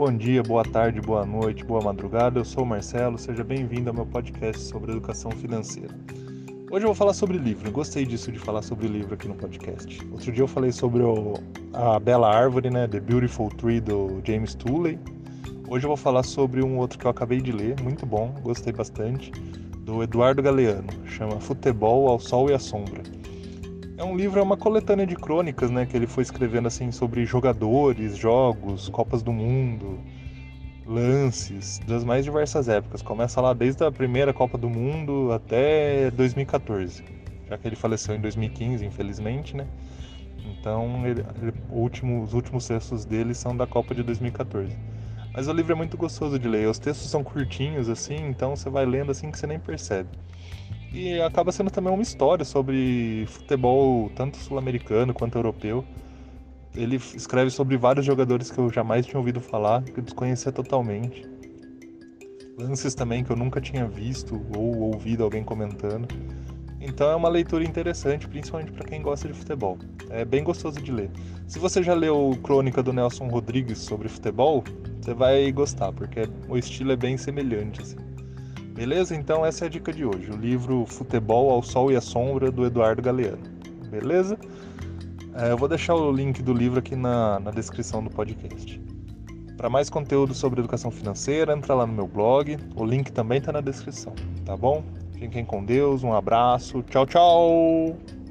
Bom dia, boa tarde, boa noite, boa madrugada. Eu sou o Marcelo, seja bem-vindo ao meu podcast sobre educação financeira. Hoje eu vou falar sobre livro. Gostei disso de falar sobre livro aqui no podcast. Outro dia eu falei sobre a Bela Árvore, né, The Beautiful Tree, do James Tooley. Hoje eu vou falar sobre um outro que eu acabei de ler, muito bom, gostei bastante, do Eduardo Galeano. Chama Futebol ao Sol e à Sombra. É um livro, é uma coletânea de crônicas, né, que ele foi escrevendo assim sobre jogadores, jogos, Copas do Mundo, lances das mais diversas épocas. Começa lá desde a primeira Copa do Mundo até 2014, já que ele faleceu em 2015, infelizmente, né? Então, os últimos textos dele são da Copa de 2014. Mas o livro é muito gostoso de ler. Os textos são curtinhos, assim, então você vai lendo assim que você nem percebe. E acaba sendo também uma história sobre futebol, tanto sul-americano quanto europeu. Ele escreve sobre vários jogadores que eu jamais tinha ouvido falar, que eu desconhecia totalmente. Lances também que eu nunca tinha visto ou ouvido alguém comentando. Então é uma leitura interessante, principalmente para quem gosta de futebol. É bem gostoso de ler. Se você já leu Crônica do Nelson Rodrigues sobre futebol, você vai gostar, porque o estilo é bem semelhante, assim. Beleza? Então essa é a dica de hoje. O livro Futebol ao Sol e à Sombra, do Eduardo Galeano. Beleza? Eu vou deixar o link do livro aqui na descrição do podcast. Para mais conteúdo sobre educação financeira, entra lá no meu blog. O link também está na descrição, tá bom? Fiquem com Deus, um abraço. Tchau, tchau!